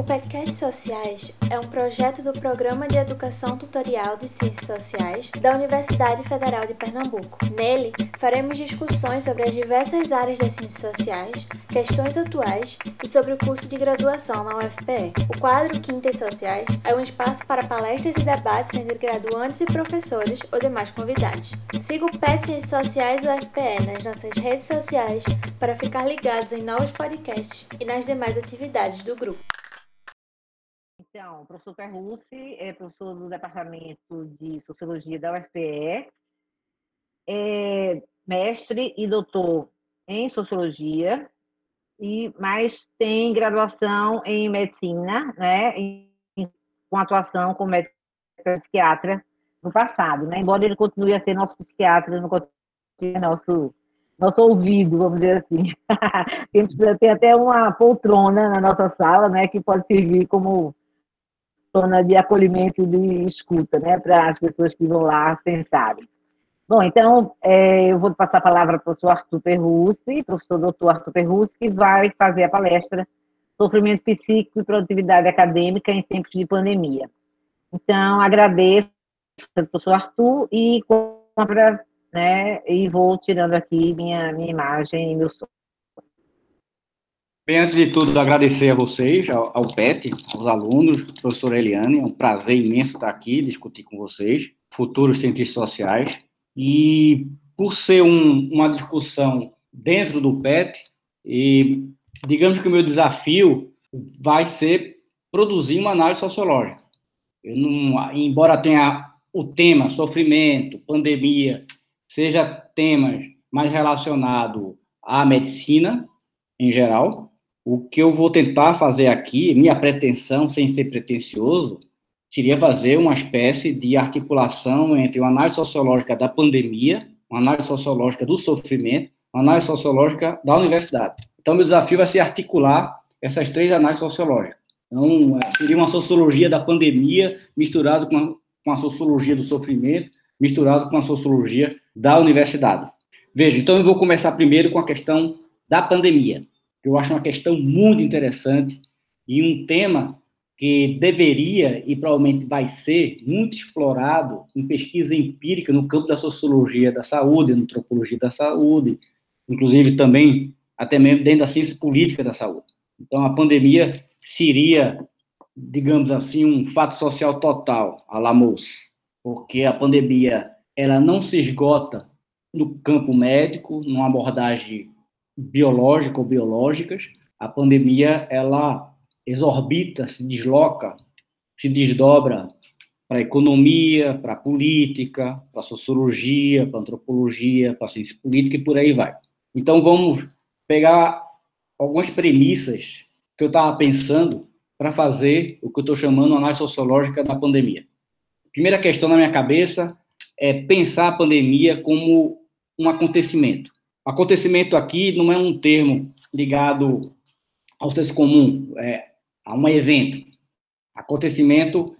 O Petcast Sociais é um projeto do Programa de Educação Tutorial de Ciências Sociais da Universidade Federal de Pernambuco. Nele, faremos discussões sobre as diversas áreas das ciências sociais, questões atuais e sobre o curso de graduação na UFPE. O quadro Quintas Sociais é um espaço para palestras e debates entre graduantes e professores ou demais convidados. Siga o PET Ciências Sociais UFPE nas nossas redes sociais para ficar ligados em novos podcasts e nas demais atividades do grupo. Então, o professor Perrucci é professor do Departamento de Sociologia da UFPE, é mestre e doutor em Sociologia, mas tem graduação em Medicina, né, com atuação como médico psiquiatra no passado, né, embora ele continue a ser nosso psiquiatra, não continue nosso ouvido, vamos dizer assim. Tem até uma poltrona na nossa sala, né, que pode servir como zona de acolhimento e de escuta, né, para as pessoas que vão lá sentarem. Bom, então, eu vou passar a palavra para o professor Arthur Perrucci, professor doutor Arthur Perrucci, que vai fazer a palestra Sofrimento Psíquico e Produtividade Acadêmica em Tempos de Pandemia. Então, agradeço ao professor Arthur e compra, né, e vou tirando aqui minha imagem e meu som. Bem, antes de tudo, agradecer a vocês, ao PET, aos alunos, professora Eliane, é um prazer imenso estar aqui, discutir com vocês, futuros cientistas sociais, e por ser uma discussão dentro do PET, e digamos que o meu desafio vai ser produzir uma análise sociológica. Embora tenha o tema sofrimento, pandemia, seja temas mais relacionados à medicina em geral, o que eu vou tentar fazer aqui, minha pretensão, sem ser pretensioso, seria fazer uma espécie de articulação entre uma análise sociológica da pandemia, uma análise sociológica do sofrimento, uma análise sociológica da universidade. Então, meu desafio vai ser articular essas três análises sociológicas. Então, seria uma sociologia da pandemia misturado com a sociologia do sofrimento, misturado com a sociologia da universidade. Veja, então eu vou começar primeiro com a questão da pandemia, que eu acho uma questão muito interessante e um tema que deveria e provavelmente vai ser muito explorado em pesquisa empírica no campo da sociologia da saúde, na antropologia da saúde, inclusive também até mesmo dentro da ciência política da saúde. Então, a pandemia seria, digamos assim, um fato social total, à la Mousse, porque a pandemia ela não se esgota no campo médico, numa abordagem biológica ou biológicas. A pandemia, ela exorbita, se desloca, se desdobra para a economia, para a política, para a sociologia, para a antropologia, para a ciência política e por aí vai. Então, vamos pegar algumas premissas que eu estava pensando para fazer o que eu estou chamando de análise sociológica da pandemia. Primeira questão na minha cabeça é pensar a pandemia como um acontecimento. Acontecimento aqui não é um termo ligado ao senso comum, a um evento. Acontecimento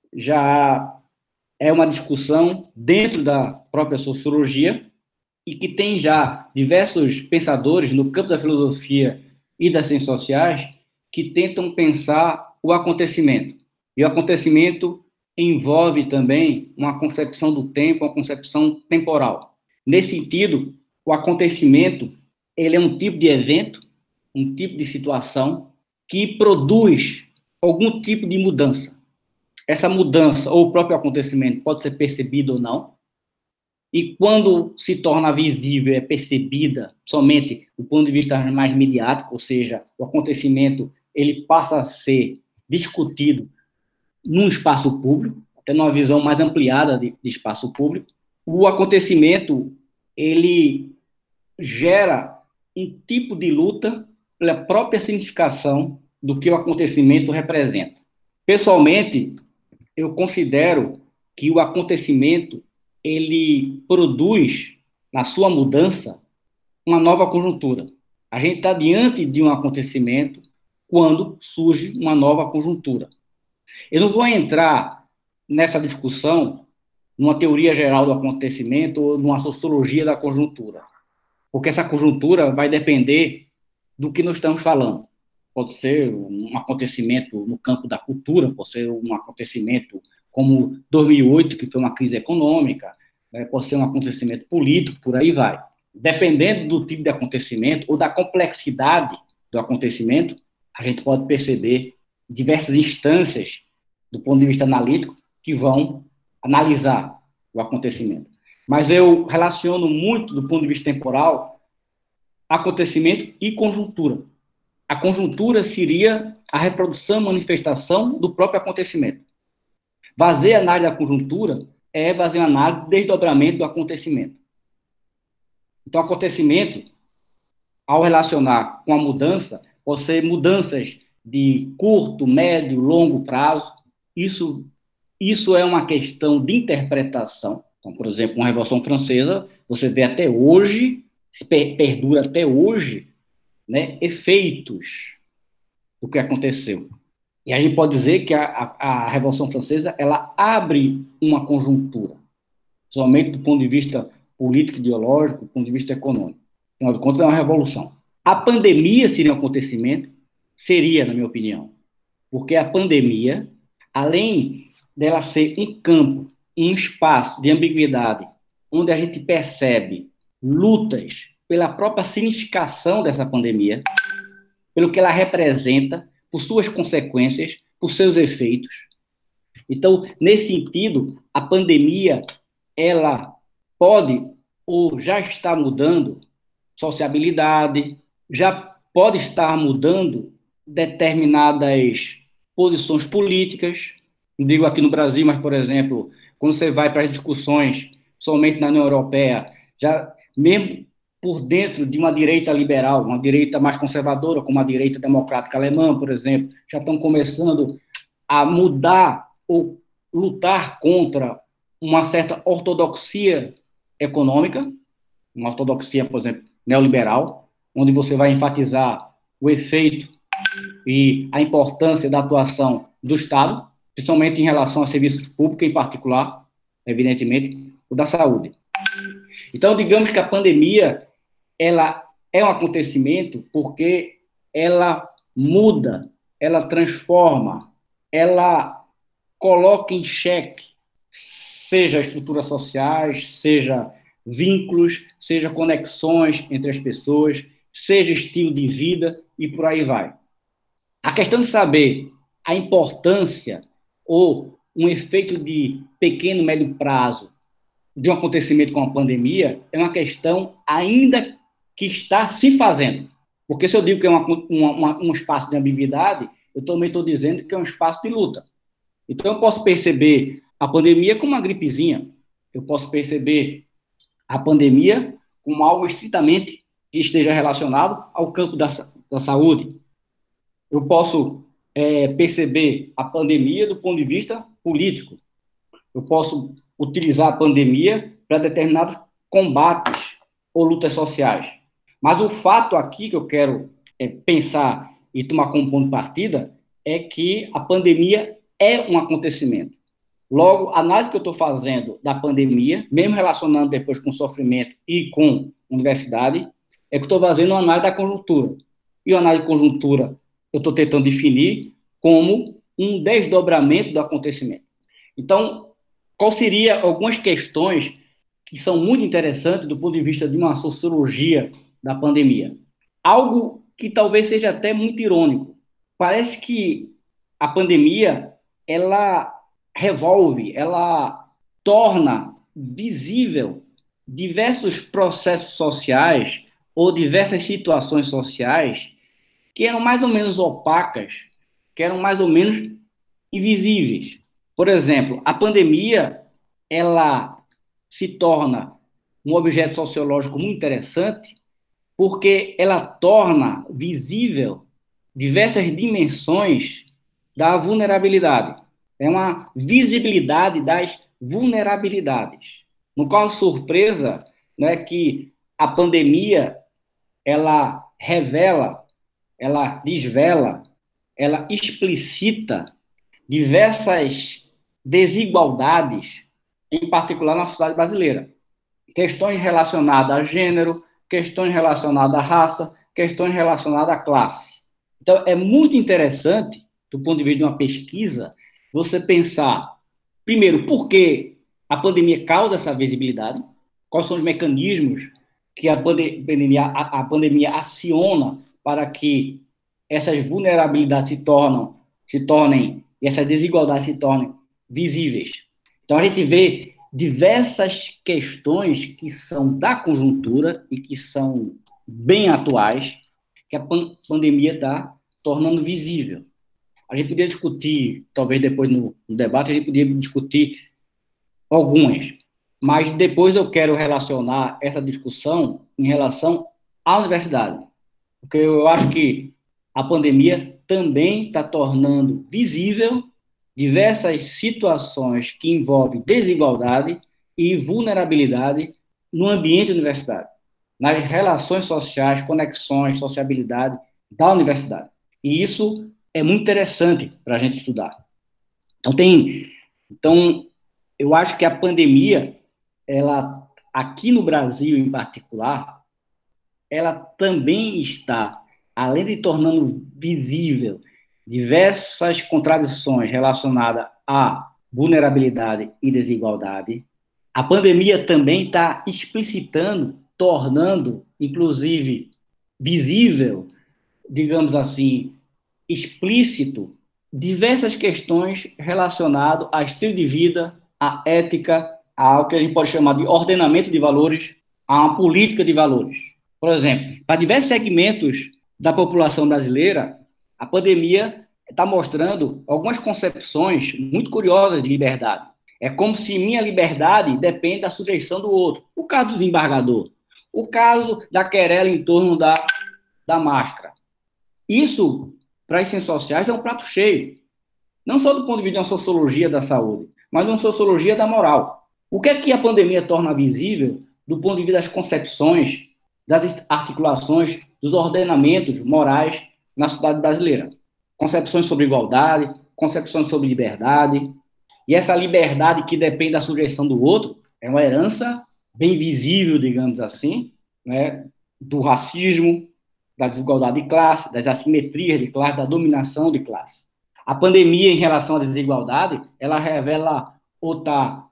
já é uma discussão dentro da própria sociologia e que tem já diversos pensadores no campo da filosofia e das ciências sociais que tentam pensar o acontecimento. E o acontecimento envolve também uma concepção do tempo, uma concepção temporal. Nesse sentido, o acontecimento ele é um tipo de evento, um tipo de situação que produz algum tipo de mudança. Essa mudança, ou o próprio acontecimento, pode ser percebido ou não, e quando se torna visível, é percebida somente do ponto de vista mais midiático, ou seja, o acontecimento ele passa a ser discutido num espaço público, até numa visão mais ampliada de espaço público. O acontecimento ele gera um tipo de luta pela própria significação do que o acontecimento representa. Pessoalmente, eu considero que o acontecimento ele produz, na sua mudança, uma nova conjuntura. A gente está diante de um acontecimento quando surge uma nova conjuntura. Eu não vou entrar nessa discussão numa teoria geral do acontecimento ou numa sociologia da conjuntura, porque essa conjuntura vai depender do que nós estamos falando. pode ser um acontecimento no campo da cultura, pode ser um acontecimento como 2008, que foi uma crise econômica, né? Pode ser um acontecimento político, por aí vai. Dependendo do tipo de acontecimento ou da complexidade do acontecimento, a gente pode perceber diversas instâncias do ponto de vista analítico que vão analisar o acontecimento. Mas eu relaciono muito, do ponto de vista temporal, acontecimento e conjuntura. A conjuntura seria a reprodução e manifestação do próprio acontecimento. Fazer análise da conjuntura é fazer uma análise do desdobramento do acontecimento. Então, o acontecimento, ao relacionar com a mudança, pode ser mudanças de curto, médio, longo prazo. Isso é uma questão de interpretação. Então, por exemplo, uma Revolução Francesa, você vê até hoje, perdura até hoje, né, efeitos do que aconteceu. E a gente pode dizer que a Revolução Francesa, ela abre uma conjuntura, somente do ponto de vista político, ideológico, do ponto de vista econômico. Afinal de contas, é uma revolução. A pandemia seria um acontecimento? Seria, na minha opinião. Porque a pandemia, além dela ser um campo, um espaço de ambiguidade, onde a gente percebe lutas pela própria significação dessa pandemia, pelo que ela representa, por suas consequências, por seus efeitos. Então, nesse sentido, a pandemia, ela pode ou já está mudando sociabilidade, já pode estar mudando determinadas posições políticas. Não digo aqui no Brasil, mas, por exemplo, quando você vai para as discussões, somente na União Europeia, já mesmo por dentro de uma direita liberal, uma direita mais conservadora, como a direita democrática alemã, por exemplo, já estão começando a mudar ou lutar contra uma certa ortodoxia econômica, uma ortodoxia, por exemplo, neoliberal, onde você vai enfatizar o efeito e a importância da atuação do Estado, principalmente em relação a serviços públicos, em particular, evidentemente, o da saúde. Então, digamos que a pandemia, ela é um acontecimento porque ela muda, ela transforma, ela coloca em xeque, seja estruturas sociais, seja vínculos, seja conexões entre as pessoas, seja estilo de vida e por aí vai. A questão de saber a importância ou um efeito de pequeno e médio prazo de um acontecimento como a pandemia é uma questão ainda que está se fazendo. Porque se eu digo que é um espaço de ambiguidade, eu também estou dizendo que é um espaço de luta. Então, eu posso perceber a pandemia como uma gripezinha, eu posso perceber a pandemia como algo estritamente que esteja relacionado ao campo da saúde. Eu posso perceber a pandemia do ponto de vista político. Eu posso utilizar a pandemia para determinados combates ou lutas sociais. Mas o fato aqui que eu quero pensar e tomar como ponto de partida é que a pandemia é um acontecimento. Logo, a análise que eu estou fazendo da pandemia, mesmo relacionando depois com sofrimento e com universidade, é que estou fazendo uma análise da conjuntura. E a análise de conjuntura eu estou tentando definir como um desdobramento do acontecimento. Então, qual seria algumas questões que são muito interessantes do ponto de vista de uma sociologia da pandemia? Algo que talvez seja até muito irônico. Parece que a pandemia, ela revolve, ela torna visível diversos processos sociais ou diversas situações sociais que eram mais ou menos opacas, que eram mais ou menos invisíveis. Por exemplo, a pandemia, ela se torna um objeto sociológico muito interessante porque ela torna visível diversas dimensões da vulnerabilidade. É uma visibilidade das vulnerabilidades. Não corre surpresa, né, que a pandemia, ela revela, ela desvela, ela explicita diversas desigualdades, em particular na sociedade brasileira. Questões relacionadas a gênero, questões relacionadas à raça, questões relacionadas à classe. Então, é muito interessante, do ponto de vista de uma pesquisa, você pensar, primeiro, por que a pandemia causa essa visibilidade, quais são os mecanismos que a pandemia aciona para que essas vulnerabilidades se tornem, e essas desigualdades se tornem visíveis. Então, a gente vê diversas questões que são da conjuntura e que são bem atuais, que a pandemia está tornando visível. A gente podia discutir, talvez depois no debate, a gente podia discutir algumas, mas depois eu quero relacionar essa discussão em relação à universidade, porque eu acho que a pandemia também está tornando visível diversas situações que envolvem desigualdade e vulnerabilidade no ambiente universitário, nas relações sociais, conexões, sociabilidade da universidade. E isso é muito interessante para a gente estudar. Então, eu acho que a pandemia, ela, aqui no Brasil em particular, ela também está, além de tornando visível diversas contradições relacionadas à vulnerabilidade e desigualdade, a pandemia também está explicitando, tornando, inclusive, visível, digamos assim, explícito, diversas questões relacionadas a estilo de vida, à ética, ao que a gente pode chamar de ordenamento de valores, a uma política de valores. Por exemplo, para diversos segmentos da população brasileira, a pandemia está mostrando algumas concepções muito curiosas de liberdade. É como se minha liberdade depende da sujeição do outro. O caso do desembargador, o caso da querela em torno da máscara. Isso, para as ciências sociais, é um prato cheio. Não só do ponto de vista de uma sociologia da saúde, mas de uma sociologia da moral. O que é que a pandemia torna visível do ponto de vista das concepções, das articulações, dos ordenamentos morais na sociedade brasileira? Concepções sobre igualdade, concepções sobre liberdade. E essa liberdade que depende da sujeição do outro é uma herança bem visível, digamos assim, né, do racismo, da desigualdade de classe, das assimetrias de classe, da dominação de classe. A pandemia, em relação à desigualdade, ela revela ou está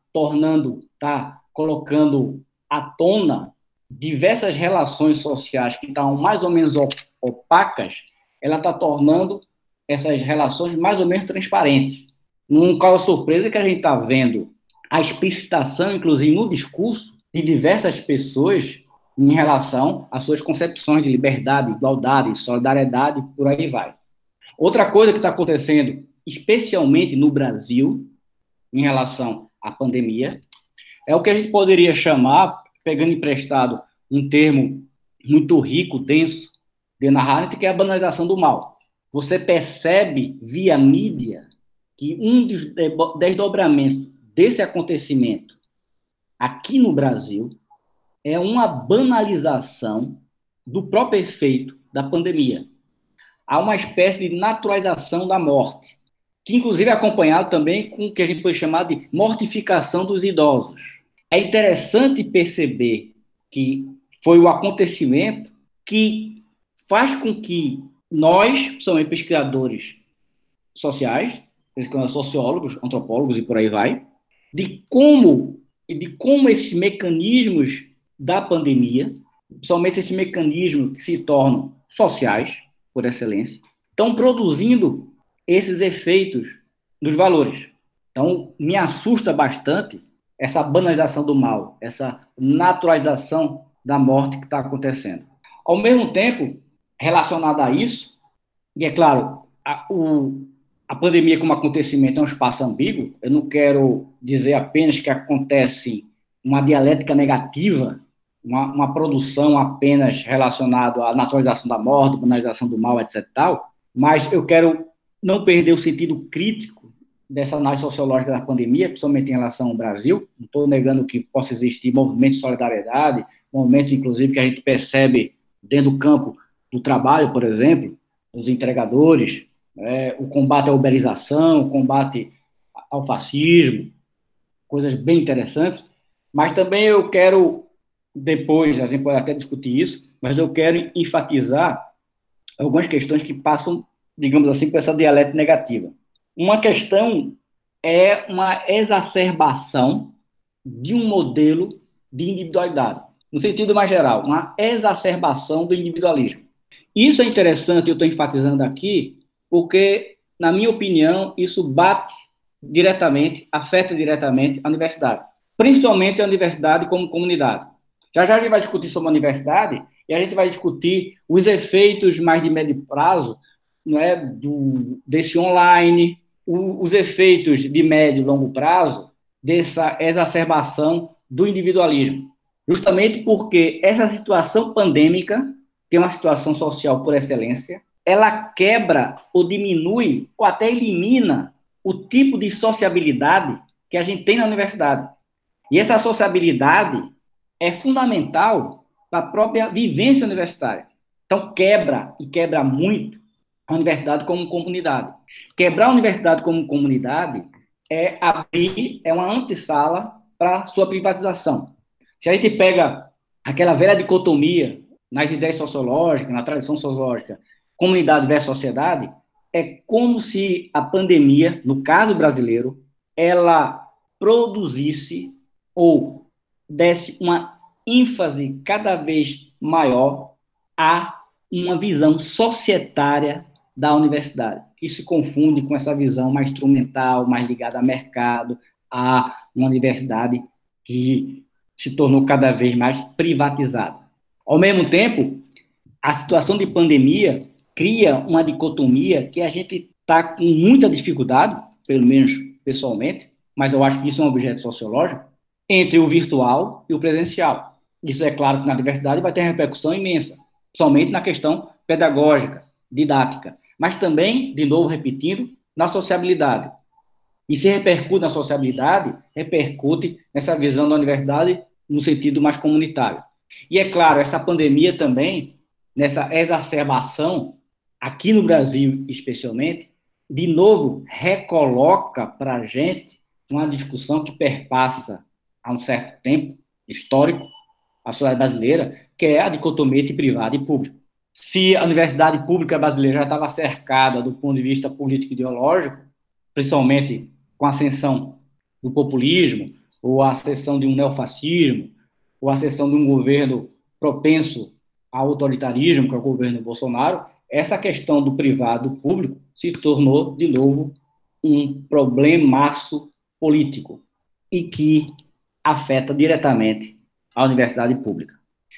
colocando à tona diversas relações sociais que estavam mais ou menos opacas, ela está tornando essas relações mais ou menos transparentes. Não causa surpresa que a gente está vendo a explicitação, inclusive no discurso, de diversas pessoas em relação às suas concepções de liberdade, igualdade, solidariedade, por aí vai. Outra coisa que está acontecendo, especialmente no Brasil, em relação à pandemia, é o que a gente poderia chamar, pegando emprestado um termo muito rico, denso, de Hannah Arendt, que é a banalização do mal. Você percebe, via mídia, que um dos desdobramentos desse acontecimento aqui no Brasil é uma banalização do próprio efeito da pandemia. Há uma espécie de naturalização da morte, que inclusive é acompanhado também com o que a gente pode chamar de mortificação dos idosos. É interessante perceber que foi o acontecimento que faz com que nós, principalmente pesquisadores sociais, sociólogos, antropólogos e por aí vai, de como esses mecanismos da pandemia, principalmente esses mecanismos que se tornam sociais, por excelência, estão produzindo esses efeitos nos valores. Então, me assusta bastante essa banalização do mal, essa naturalização da morte que está acontecendo. Ao mesmo tempo, relacionada a isso, e é claro, a pandemia como acontecimento é um espaço ambíguo, eu não quero dizer apenas que acontece uma dialética negativa, uma produção apenas relacionada à naturalização da morte, banalização do mal, etc. Tal, mas eu quero não perder o sentido crítico dessa análise sociológica da pandemia, principalmente em relação ao Brasil. Não estou negando que possa existir movimentos de solidariedade, movimentos, inclusive, que a gente percebe dentro do campo do trabalho, por exemplo, os entregadores, o combate à uberização, o combate ao fascismo, coisas bem interessantes, mas também eu quero, depois, a gente pode até discutir isso, mas eu quero enfatizar algumas questões que passam, digamos assim, por essa dialética negativa. Uma questão é uma exacerbação de um modelo de individualidade, no sentido mais geral, uma exacerbação do individualismo. Isso é interessante, eu estou enfatizando aqui, porque, na minha opinião, isso bate diretamente, afeta diretamente a universidade, principalmente a universidade como comunidade. Já já a gente vai discutir sobre a universidade e a gente vai discutir os efeitos mais de médio prazo, né, desse online, os efeitos de médio e longo prazo dessa exacerbação do individualismo. Justamente porque essa situação pandêmica, que é uma situação social por excelência, ela quebra ou diminui ou até elimina o tipo de sociabilidade que a gente tem na universidade. E essa sociabilidade é fundamental para a própria vivência universitária. Então, quebra, e quebra muito, a universidade como comunidade. Quebrar a universidade como comunidade é abrir, é uma antessala para sua privatização. Se a gente pega aquela velha dicotomia nas ideias sociológicas, na tradição sociológica, comunidade versus sociedade, é como se a pandemia, no caso brasileiro, ela produzisse ou desse uma ênfase cada vez maior a uma visão societária da universidade, que se confunde com essa visão mais instrumental, mais ligada ao mercado, a uma universidade que se tornou cada vez mais privatizada. Ao mesmo tempo, a situação de pandemia cria uma dicotomia que a gente está com muita dificuldade, pelo menos pessoalmente, mas eu acho que isso é um objeto sociológico, entre o virtual e o presencial. Isso é claro que na diversidade vai ter repercussão imensa, somente na questão pedagógica, didática, mas também, de novo repetindo, na sociabilidade. E se repercute na sociabilidade, repercute nessa visão da universidade no sentido mais comunitário. E é claro, essa pandemia também, nessa exacerbação, aqui no Brasil especialmente, de novo recoloca para a gente uma discussão que perpassa há um certo tempo histórico a sociedade brasileira, que é a dicotomia entre privado e público. Se a universidade pública brasileira já estava cercada do ponto de vista político-ideológico, principalmente com a ascensão do populismo, ou a ascensão de um neofascismo, ou a ascensão de um governo propenso ao autoritarismo, que é o governo Bolsonaro, essa questão do privado e do público se tornou, de novo, um problemaço político e que afeta diretamente a universidade pública.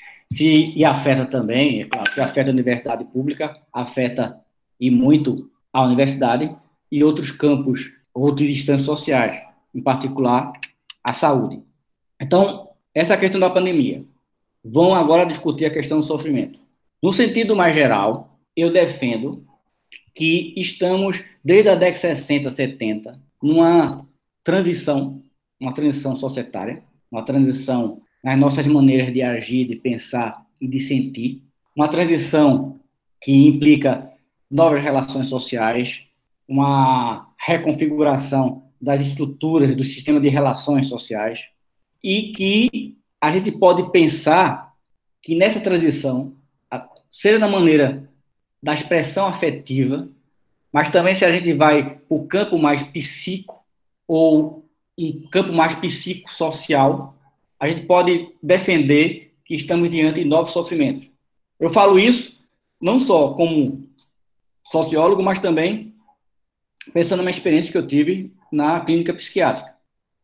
E afeta também, é claro, se afeta a universidade pública, afeta e muito a universidade e outros campos, outras instâncias sociais, em particular a saúde. Então, essa é a questão da pandemia. Vão agora discutir a questão do sofrimento. No sentido mais geral, eu defendo que estamos, desde a década de 60, 70, numa transição, uma transição societária, uma transição nas nossas maneiras de agir, de pensar e de sentir, uma transição que implica novas relações sociais, uma reconfiguração das estruturas do sistema de relações sociais, e que a gente pode pensar que nessa transição, seja na maneira da expressão afetiva, mas também se a gente vai para o campo mais psíquico ou um campo mais psicossocial, a gente pode defender que estamos diante de novos sofrimentos. Eu falo isso não só como sociólogo, mas também pensando na minha experiência que eu tive na clínica psiquiátrica.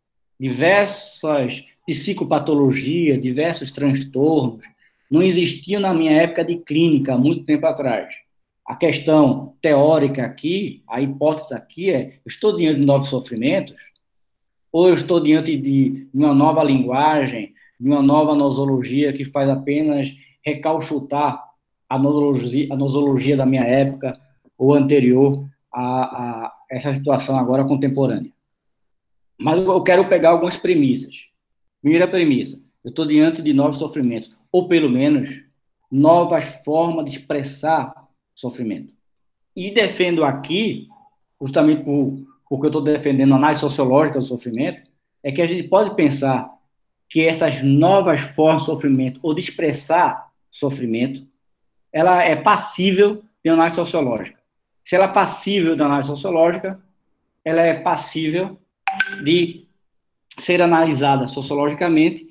Diversas psicopatologias, diversos transtornos não existiam na minha época de clínica, há muito tempo atrás. A questão teórica aqui, a hipótese aqui é, estou diante de novos sofrimentos, ou eu estou diante de uma nova linguagem, de uma nova nosologia que faz apenas recauchutar a nosologia da minha época ou anterior a essa situação agora contemporânea. Mas eu quero pegar algumas premissas. Primeira premissa, eu estou diante de novos sofrimentos, ou pelo menos novas formas de expressar sofrimento. E defendo aqui, justamente porque eu estou defendendo a análise sociológica do sofrimento, é que a gente pode pensar que essas novas formas de sofrimento ou de expressar sofrimento, ela é passível de de análise sociológica. Se ela é passível de análise sociológica, ela é passível de ser analisada sociologicamente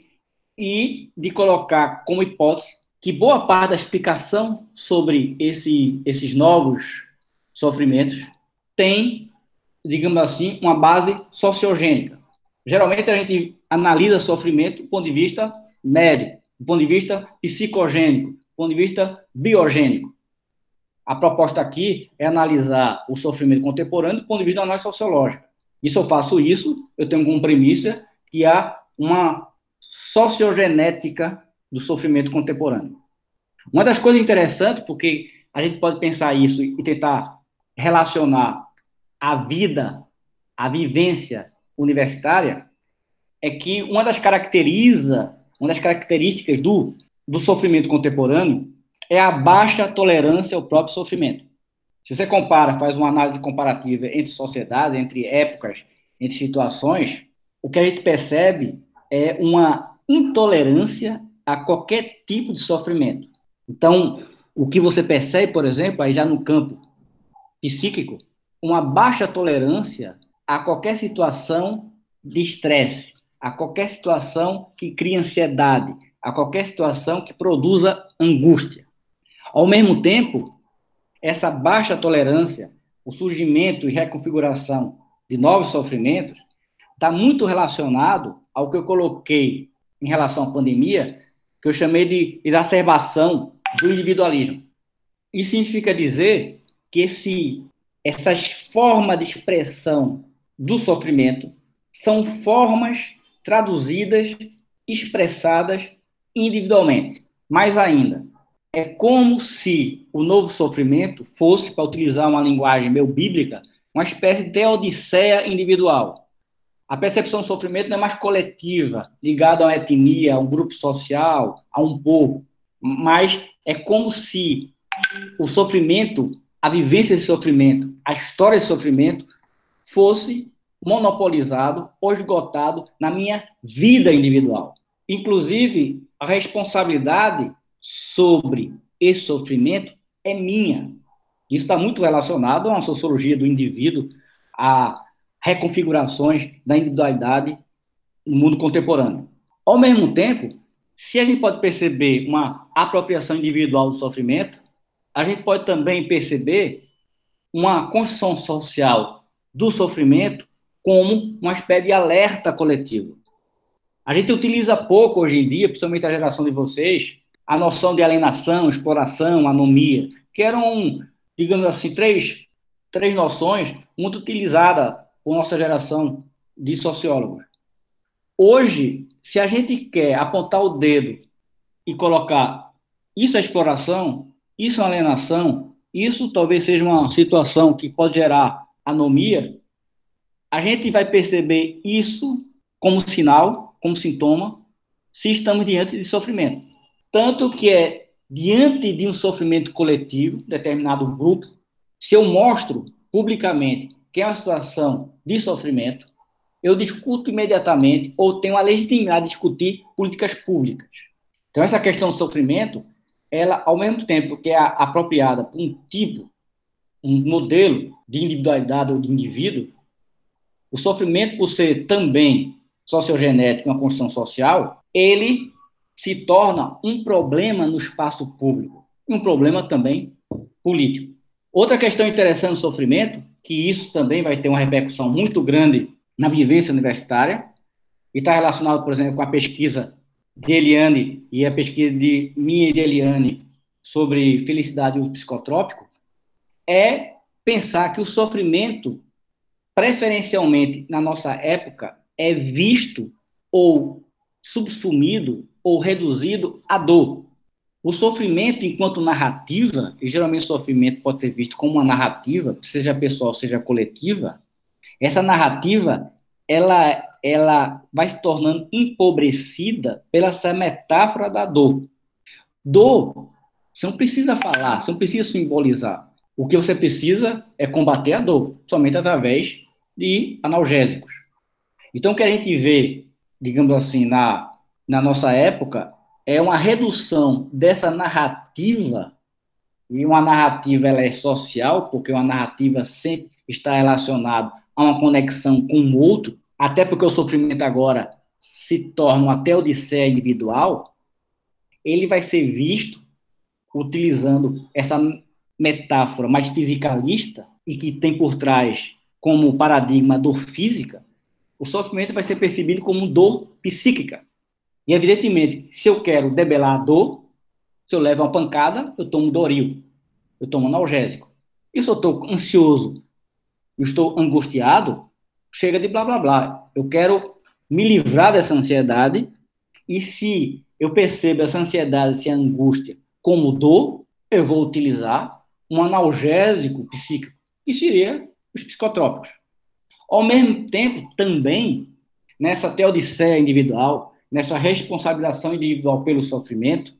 e de colocar como hipótese que boa parte da explicação sobre esses novos sofrimentos tem, digamos assim, uma base sociogênica. Geralmente a gente analisa sofrimento do ponto de vista médico, do ponto de vista psicogênico, do ponto de vista biogênico. A proposta aqui é analisar o sofrimento contemporâneo do ponto de vista da análise sociológica. E se eu faço isso, eu tenho como premissa que há uma sociogenética do sofrimento contemporâneo. Uma das coisas interessantes, porque a gente pode pensar isso e tentar relacionar a vida, a vivência universitária, é que uma das características do sofrimento contemporâneo é a baixa tolerância ao próprio sofrimento. Se você compara, faz uma análise comparativa entre sociedades, entre épocas, entre situações, o que a gente percebe é uma intolerância a qualquer tipo de sofrimento. Então, o que você percebe, por exemplo, aí já no campo psíquico, uma baixa tolerância a qualquer situação de estresse, a qualquer situação que crie ansiedade, a qualquer situação que produza angústia. Ao mesmo tempo, essa baixa tolerância, o surgimento e reconfiguração de novos sofrimentos, está muito relacionado ao que eu coloquei em relação à pandemia, que eu chamei de exacerbação do individualismo. Isso significa dizer que essas formas de expressão do sofrimento são formas traduzidas, expressadas individualmente. Mais ainda, é como se o novo sofrimento fosse, para utilizar uma linguagem meio bíblica, uma espécie de teodiceia individual. A percepção do sofrimento não é mais coletiva, ligada a uma etnia, a um grupo social, a um povo, mas é como se o sofrimento, a vivência desse sofrimento, a história desse sofrimento fosse monopolizado ou esgotado na minha vida individual. Inclusive, a responsabilidade sobre esse sofrimento é minha. Isso está muito relacionado a uma sociologia do indivíduo, a reconfigurações da individualidade no mundo contemporâneo. Ao mesmo tempo, se a gente pode perceber uma apropriação individual do sofrimento, a gente pode também perceber uma construção social do sofrimento como uma espécie de alerta coletivo. A gente utiliza pouco hoje em dia, principalmente a geração de vocês, a noção de alienação, exploração, anomia, que eram, digamos assim, três noções muito utilizadas por nossa geração de sociólogos. Hoje, se a gente quer apontar o dedo e colocar isso é exploração, isso é alienação, isso talvez seja uma situação que pode gerar anomia, a gente vai perceber isso como sinal, como sintoma, se estamos diante de sofrimento. Tanto que é diante de um sofrimento coletivo, determinado grupo, se eu mostro publicamente que é uma situação de sofrimento, eu discuto imediatamente ou tenho a legitimidade de discutir políticas públicas. Então, essa questão do sofrimento, ela, ao mesmo tempo que é apropriada por um tipo, um modelo de individualidade ou de indivíduo, o sofrimento, por ser também sociogenético, uma construção social, ele se torna um problema no espaço público, e um problema também político. Outra questão interessante do sofrimento, que isso também vai ter uma repercussão muito grande na vivência universitária, e está relacionado, por exemplo, com a pesquisa de Eliane e a pesquisa de minha e de Eliane sobre felicidade e uso psicotrópico, é pensar que o sofrimento, preferencialmente na nossa época, é visto ou subsumido ou reduzido à dor. O sofrimento, enquanto narrativa, e geralmente o sofrimento pode ser visto como uma narrativa, seja pessoal, seja coletiva, essa narrativa, ela vai se tornando empobrecida pela essa metáfora da dor. Dor, você não precisa falar, você não precisa simbolizar. O que você precisa é combater a dor, somente através de analgésicos. Então, o que a gente vê, digamos assim, na nossa época, é uma redução dessa narrativa e uma narrativa ela é social, porque uma narrativa sempre está relacionada a uma conexão com o outro, até porque o sofrimento agora se torna uma teodiceia individual, ele vai ser visto, utilizando essa metáfora mais fisicalista e que tem por trás como paradigma a dor física, o sofrimento vai ser percebido como dor psíquica. E, evidentemente, se eu quero debelar a dor, se eu levo uma pancada, eu tomo Doril, eu tomo analgésico. E se eu estou ansioso, eu estou angustiado, chega de blá, blá, blá. Eu quero me livrar dessa ansiedade, e se eu percebo essa ansiedade, essa angústia como dor, eu vou utilizar um analgésico psíquico, que seria os psicotrópicos. Ao mesmo tempo, também, nessa teodiceia individual, nessa responsabilização individual pelo sofrimento,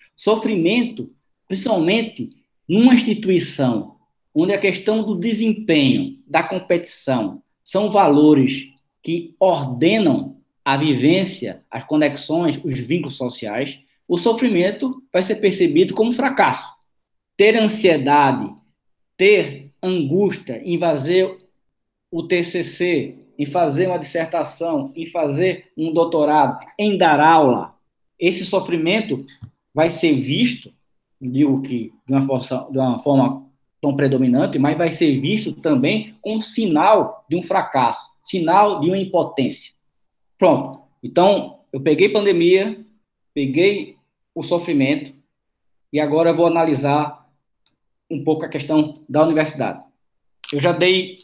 principalmente numa instituição onde a questão do desempenho, da competição, são valores que ordenam a vivência, as conexões, os vínculos sociais, o sofrimento vai ser percebido como fracasso. Ter ansiedade, ter angústia em fazer o TCC, em fazer uma dissertação, em fazer um doutorado, em dar aula, esse sofrimento vai ser visto, digo que de uma forma tão predominante, mas vai ser visto também como sinal de um fracasso, sinal de uma impotência. Pronto. Então, eu peguei pandemia, peguei o sofrimento, e agora eu vou analisar um pouco a questão da universidade. Eu já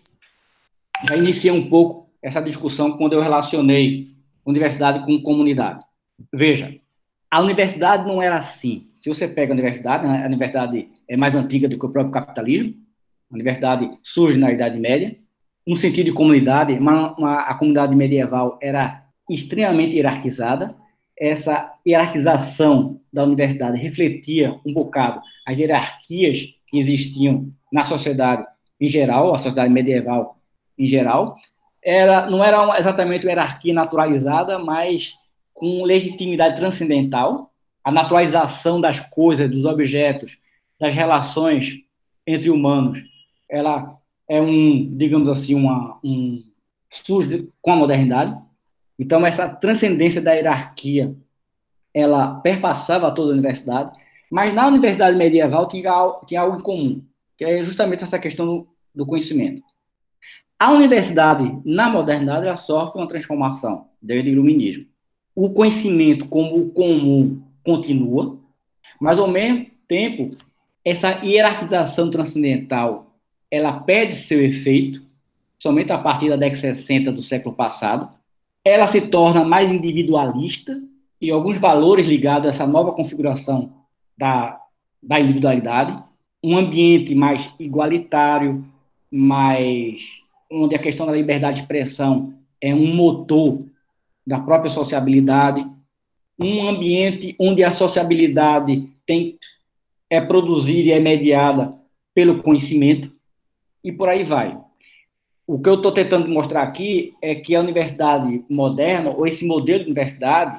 iniciei um pouco essa discussão quando eu relacionei universidade com comunidade. Veja, a universidade não era assim. Se você pega a universidade é mais antiga do que o próprio capitalismo, a universidade surge na Idade Média, no sentido de comunidade, a comunidade medieval era extremamente hierarquizada. Essa hierarquização da universidade refletia um bocado as hierarquias que existiam na sociedade em geral, a sociedade medieval em geral. Não era exatamente uma hierarquia naturalizada, mas com legitimidade transcendental. A naturalização das coisas, dos objetos, das relações entre humanos, ela é digamos assim, surge com a modernidade. Então, essa transcendência da hierarquia, ela perpassava toda a universidade, mas na universidade medieval tinha algo em comum, que é justamente essa questão do conhecimento. A universidade, na modernidade, ela sofre uma transformação, desde o iluminismo. O conhecimento como o comum continua, mas, ao mesmo tempo, essa hierarquização transcendental, ela perde seu efeito, somente a partir da década de 60 do século passado. Ela se torna mais individualista, e alguns valores ligados a essa nova configuração da individualidade, um ambiente mais igualitário, onde a questão da liberdade de expressão é um motor da própria sociabilidade, um ambiente onde a sociabilidade é produzida e é mediada pelo conhecimento, e por aí vai. O que eu estou tentando mostrar aqui é que a universidade moderna, ou esse modelo de universidade,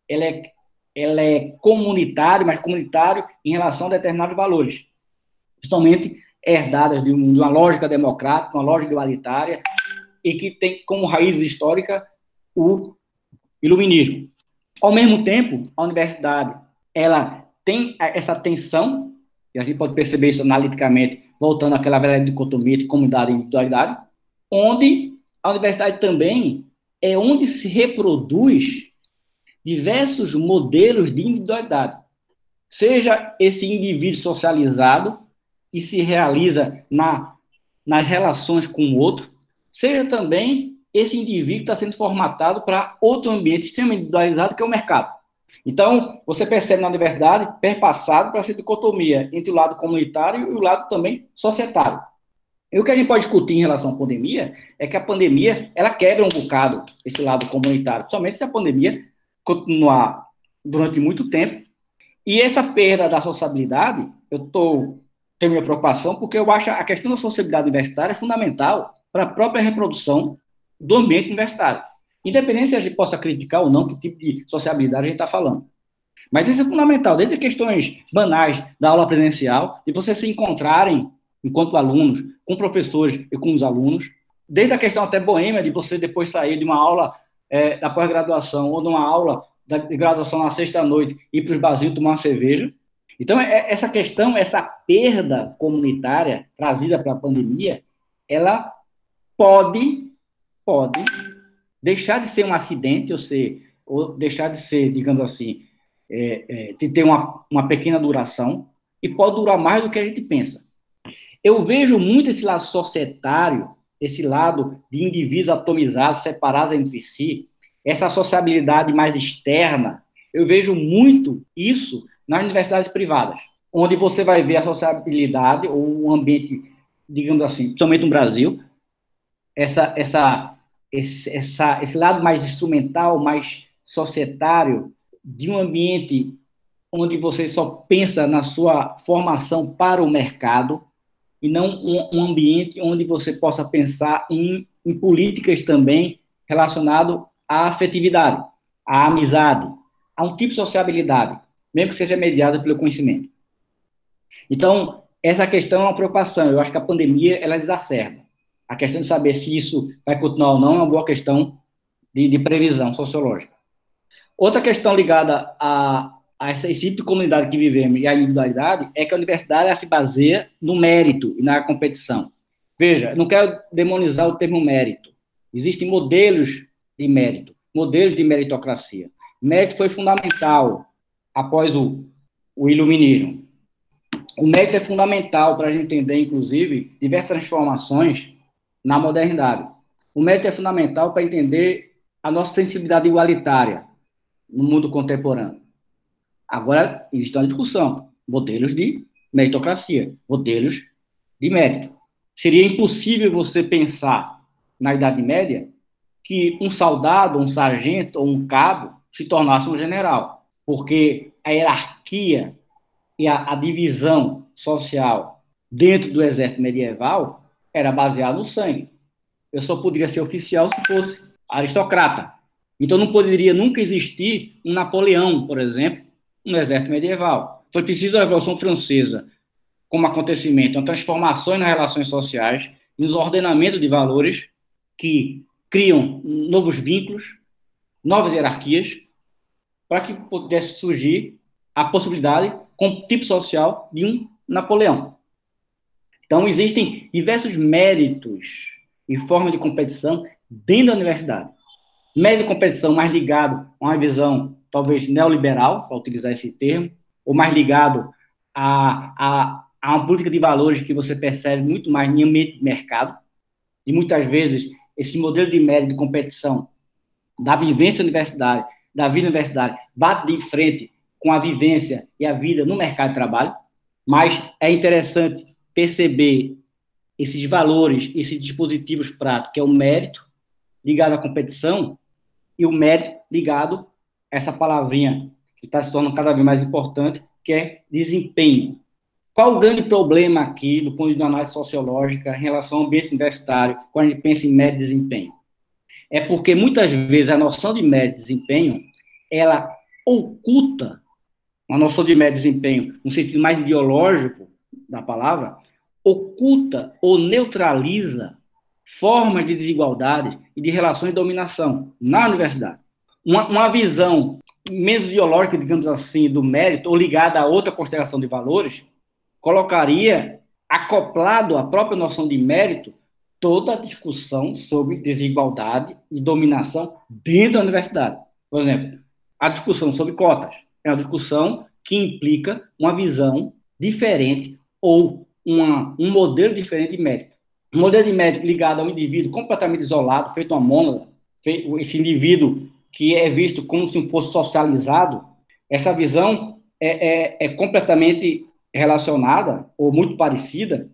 ela é comunitário, mas comunitário em relação a determinados valores, principalmente herdadas de uma lógica democrática, uma lógica igualitária, e que tem como raiz histórica o iluminismo. Ao mesmo tempo, a universidade ela tem essa tensão, e a gente pode perceber isso analiticamente, voltando àquela velha dicotomia de comunidade e individualidade, onde a universidade também é onde se reproduz diversos modelos de individualidade. Seja esse indivíduo socializado, que se realiza nas relações com o outro, seja também esse indivíduo que está sendo formatado para outro ambiente extremamente individualizado, que é o mercado. Então, você percebe na universidade perpassado para essa dicotomia entre o lado comunitário e o lado também societário. E o que a gente pode discutir em relação à pandemia é que a pandemia ela quebra um bocado esse lado comunitário, somente se a pandemia continuar durante muito tempo. E essa perda da sociabilidade, tenho minha preocupação, porque eu acho a questão da sociabilidade universitária é fundamental para a própria reprodução do ambiente universitário. Independente se a gente possa criticar ou não que tipo de sociabilidade a gente está falando. Mas isso é fundamental, desde questões banais da aula presencial, de vocês se encontrarem, enquanto alunos, com professores e com os alunos, desde a questão até boêmia, de você depois sair de uma aula da pós-graduação ou de uma aula de graduação na sexta-noite e ir para os barzinhos tomar uma cerveja. Então, essa questão, essa perda comunitária trazida pela pandemia, ela pode deixar de ser um acidente, ou deixar de ser, digamos assim, de ter uma pequena duração, e pode durar mais do que a gente pensa. Eu vejo muito esse lado societário, esse lado de indivíduos atomizados, separados entre si, essa sociabilidade mais externa. Eu vejo muito isso nas universidades privadas, onde você vai ver a sociabilidade, ou um ambiente, digamos assim, principalmente no Brasil, esse lado mais instrumental, mais societário, de um ambiente onde você só pensa na sua formação para o mercado, e não um ambiente onde você possa pensar em políticas também relacionado à afetividade, à amizade, a um tipo de sociabilidade, mesmo que seja mediada pelo conhecimento. Então, essa questão é uma preocupação. Eu acho que a pandemia, ela exacerba. A questão de saber se isso vai continuar ou não é uma boa questão de previsão sociológica. Outra questão ligada a esse tipo de comunidade que vivemos e a individualidade é que a universidade ela se baseia no mérito e na competição. Veja, não quero demonizar o termo mérito. Existem modelos de mérito, modelos de meritocracia. Mérito foi fundamental após o iluminismo. O mérito é fundamental para a gente entender, inclusive, diversas transformações na modernidade. O mérito é fundamental para entender a nossa sensibilidade igualitária no mundo contemporâneo. Agora, existe uma discussão. Modelos de meritocracia, modelos de mérito. Seria impossível você pensar, na Idade Média, que um soldado, um sargento ou um cabo se tornasse um general, porque a hierarquia e a divisão social dentro do exército medieval era baseada no sangue. Eu só poderia ser oficial se fosse aristocrata. Então não poderia nunca existir um Napoleão, por exemplo, no exército medieval. Foi preciso a Revolução Francesa como acontecimento, uma transformação nas relações sociais, nos ordenamentos de valores que criam novos vínculos, novas hierarquias, para que pudesse surgir a possibilidade, como tipo social, de um Napoleão. Então, existem diversos méritos e formas de competição dentro da universidade. Mérito de competição mais ligado a uma visão, talvez, neoliberal, para utilizar esse termo, ou mais ligado a uma política de valores que você percebe muito mais em ambiente de mercado, e muitas vezes esse modelo de mérito de competição da vivência universitária, da vida universitária, bate de frente com a vivência e a vida no mercado de trabalho, mas é interessante perceber esses valores, esses dispositivos práticos, que é o mérito ligado à competição e o mérito ligado a essa palavrinha que está se tornando cada vez mais importante, que é desempenho. Qual o grande problema aqui, do ponto de vista de análise sociológica, em relação ao ambiente universitário, quando a gente pensa em mérito e desempenho? É porque, muitas vezes, a noção de mérito e desempenho, ela oculta uma noção de mérito e desempenho, no sentido mais ideológico da palavra, oculta ou neutraliza formas de desigualdade e de relações de dominação na universidade. Uma visão menos ideológica, digamos assim, do mérito, ou ligada a outra consideração de valores, colocaria, acoplado à própria noção de mérito, toda a discussão sobre desigualdade e dominação dentro da universidade. Por exemplo, a discussão sobre cotas é uma discussão que implica uma visão diferente ou um modelo diferente de mérito. Um modelo de mérito ligado a um indivíduo completamente isolado, feito uma mônada, esse indivíduo que é visto como se fosse socializado, essa visão é completamente relacionada, ou muito parecida,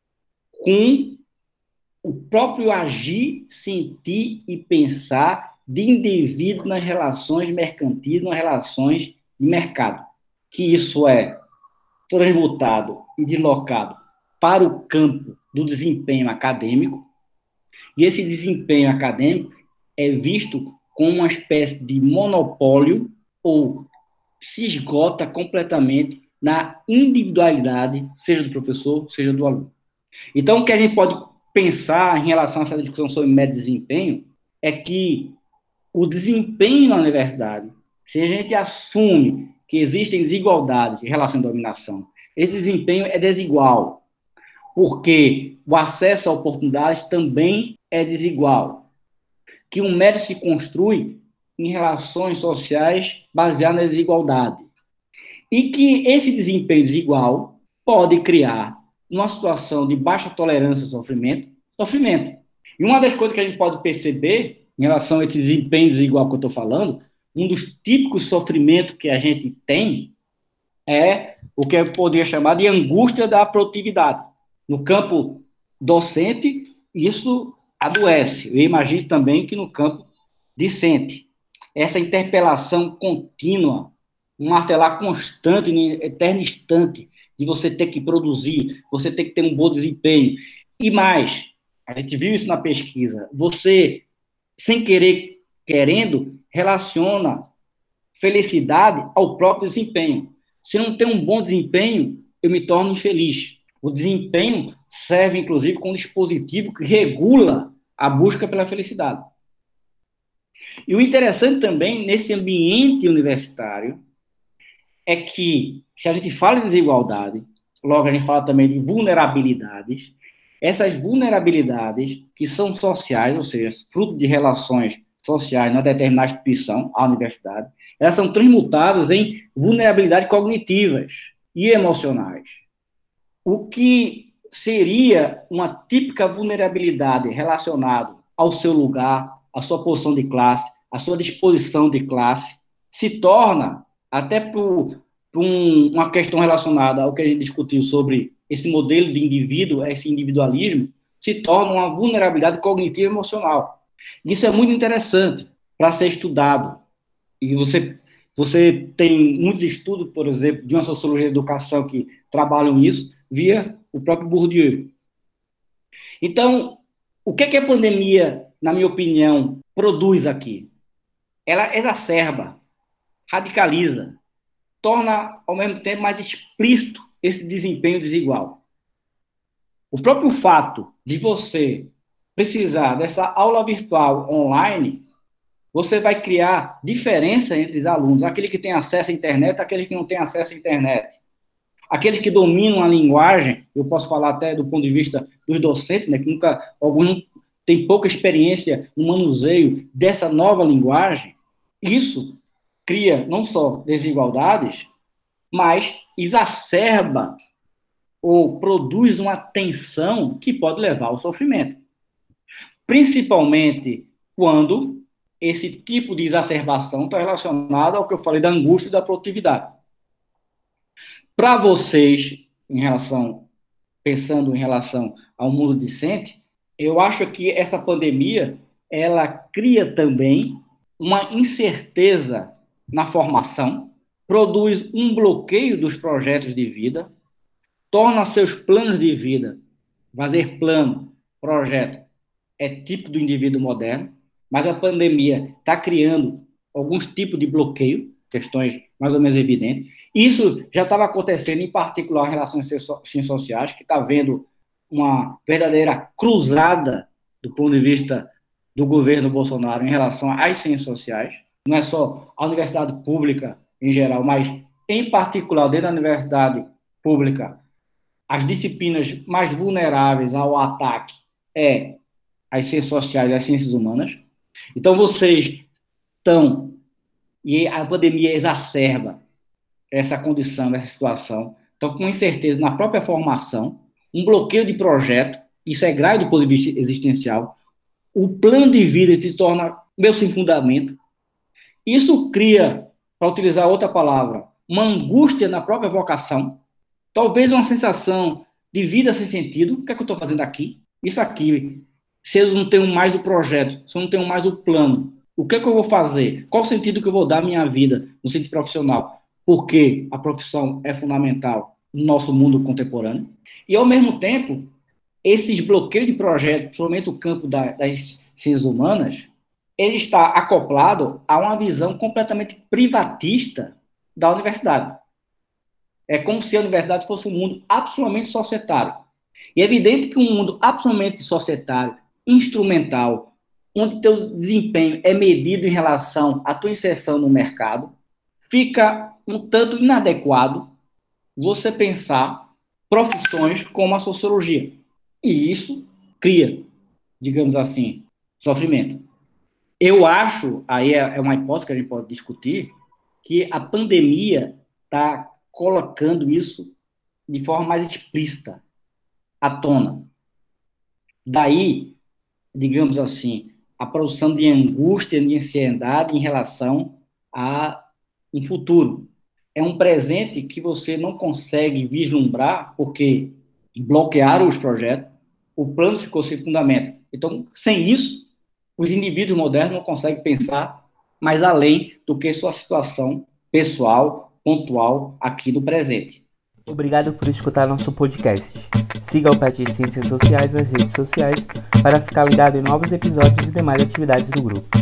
com o próprio agir, sentir e pensar de indivíduo nas relações mercantis, nas relações de mercado. Que isso é transmutado e deslocado para o campo do desempenho acadêmico, e esse desempenho acadêmico é visto como uma espécie de monopólio ou se esgota completamente na individualidade, seja do professor, seja do aluno. Então, o que a gente pode pensar em relação a essa discussão sobre médio desempenho é que o desempenho na universidade, se a gente assume que existem desigualdades em relação à dominação, esse desempenho é desigual, porque o acesso a oportunidades também é desigual, que o mérito se constrói em relações sociais baseadas na desigualdade, e que esse desempenho desigual pode criar uma situação de baixa tolerância ao sofrimento. E uma das coisas que a gente pode perceber em relação a esse desempenho desigual que eu estou falando, um dos típicos sofrimentos que a gente tem é o que eu poderia chamar de angústia da produtividade. No campo docente, isso adoece. Eu imagino também que no campo discente. Essa interpelação contínua, um martelar constante, em eterno instante, de você ter que produzir, você ter que ter um bom desempenho. E mais, a gente viu isso na pesquisa, você, sem querer, querendo, relaciona felicidade ao próprio desempenho. Se não tem um bom desempenho, eu me torno infeliz. O desempenho serve, inclusive, como dispositivo que regula a busca pela felicidade. E o interessante também, nesse ambiente universitário, é que, se a gente fala de desigualdade, logo a gente fala também de vulnerabilidades, essas vulnerabilidades que são sociais, ou seja, fruto de relações sociais na determinada instituição, a universidade, elas são transmutadas em vulnerabilidades cognitivas e emocionais. O que seria uma típica vulnerabilidade relacionada ao seu lugar, à sua posição de classe, à sua disposição de classe, se torna, até por uma questão relacionada ao que a gente discutiu sobre esse modelo de indivíduo, esse individualismo, se torna uma vulnerabilidade cognitiva e emocional. Isso é muito interessante para ser estudado. E você tem muitos estudos, por exemplo, de uma sociologia da educação que trabalham isso, via o próprio Bourdieu. Então, o que a pandemia, na minha opinião, produz aqui? Ela exacerba, radicaliza, torna, ao mesmo tempo, mais explícito esse desempenho desigual. O próprio fato de você precisar dessa aula virtual online, você vai criar diferença entre os alunos, aquele que tem acesso à internet, aquele que não tem acesso à internet. Aqueles que dominam a linguagem, eu posso falar até do ponto de vista dos docentes, né, que alguns têm pouca experiência no manuseio dessa nova linguagem, isso cria não só desigualdades, mas exacerba ou produz uma tensão que pode levar ao sofrimento. Principalmente quando esse tipo de exacerbação está relacionado ao que eu falei da angústia e da produtividade. Para vocês, pensando em relação ao mundo discente, eu acho que essa pandemia, ela cria também uma incerteza na formação, produz um bloqueio dos projetos de vida, torna seus planos de vida, fazer plano, projeto, é tipo do indivíduo moderno, mas a pandemia está criando alguns tipos de bloqueio, questões mais ou menos evidentes. Isso já estava acontecendo, em particular, em relação às ciências sociais, que está havendo uma verdadeira cruzada do ponto de vista do governo Bolsonaro em relação às ciências sociais. Não é só a universidade pública em geral, mas, em particular, dentro da universidade pública, as disciplinas mais vulneráveis ao ataque é as ciências sociais e as ciências humanas. Então, vocês estão, e a pandemia exacerba essa condição, essa situação, estão com incerteza na própria formação, um bloqueio de projeto, isso é grave do ponto de vista existencial, o plano de vida se torna meio sem fundamento, isso cria, para utilizar outra palavra, uma angústia na própria vocação, talvez uma sensação de vida sem sentido. O que é que eu estou fazendo aqui? Isso aqui, se eu não tenho mais o projeto, se eu não tenho mais o plano, o que é que eu vou fazer? Qual o sentido que eu vou dar à minha vida no sentido profissional? Porque a profissão é fundamental no nosso mundo contemporâneo. E, ao mesmo tempo, esses bloqueios de projeto, principalmente o campo das ciências humanas, ele está acoplado a uma visão completamente privatista da universidade. É como se a universidade fosse um mundo absolutamente societário. E é evidente que um mundo absolutamente societário, instrumental, onde teu desempenho é medido em relação à tua inserção no mercado, fica um tanto inadequado você pensar profissões como a sociologia. E isso cria, digamos assim, sofrimento. Eu acho, aí é uma hipótese que a gente pode discutir, que a pandemia está colocando isso de forma mais explícita à tona. Daí, digamos assim, a produção de angústia, de ansiedade em relação a um futuro. É um presente que você não consegue vislumbrar porque bloquearam os projetos, o plano ficou sem fundamento. Então, sem isso, os indivíduos modernos não conseguem pensar mais além do que sua situação pessoal, pontual, aqui no presente. Obrigado por escutar nosso podcast. Siga o PET de Ciências Sociais nas redes sociais para ficar ligado em novos episódios e demais atividades do grupo.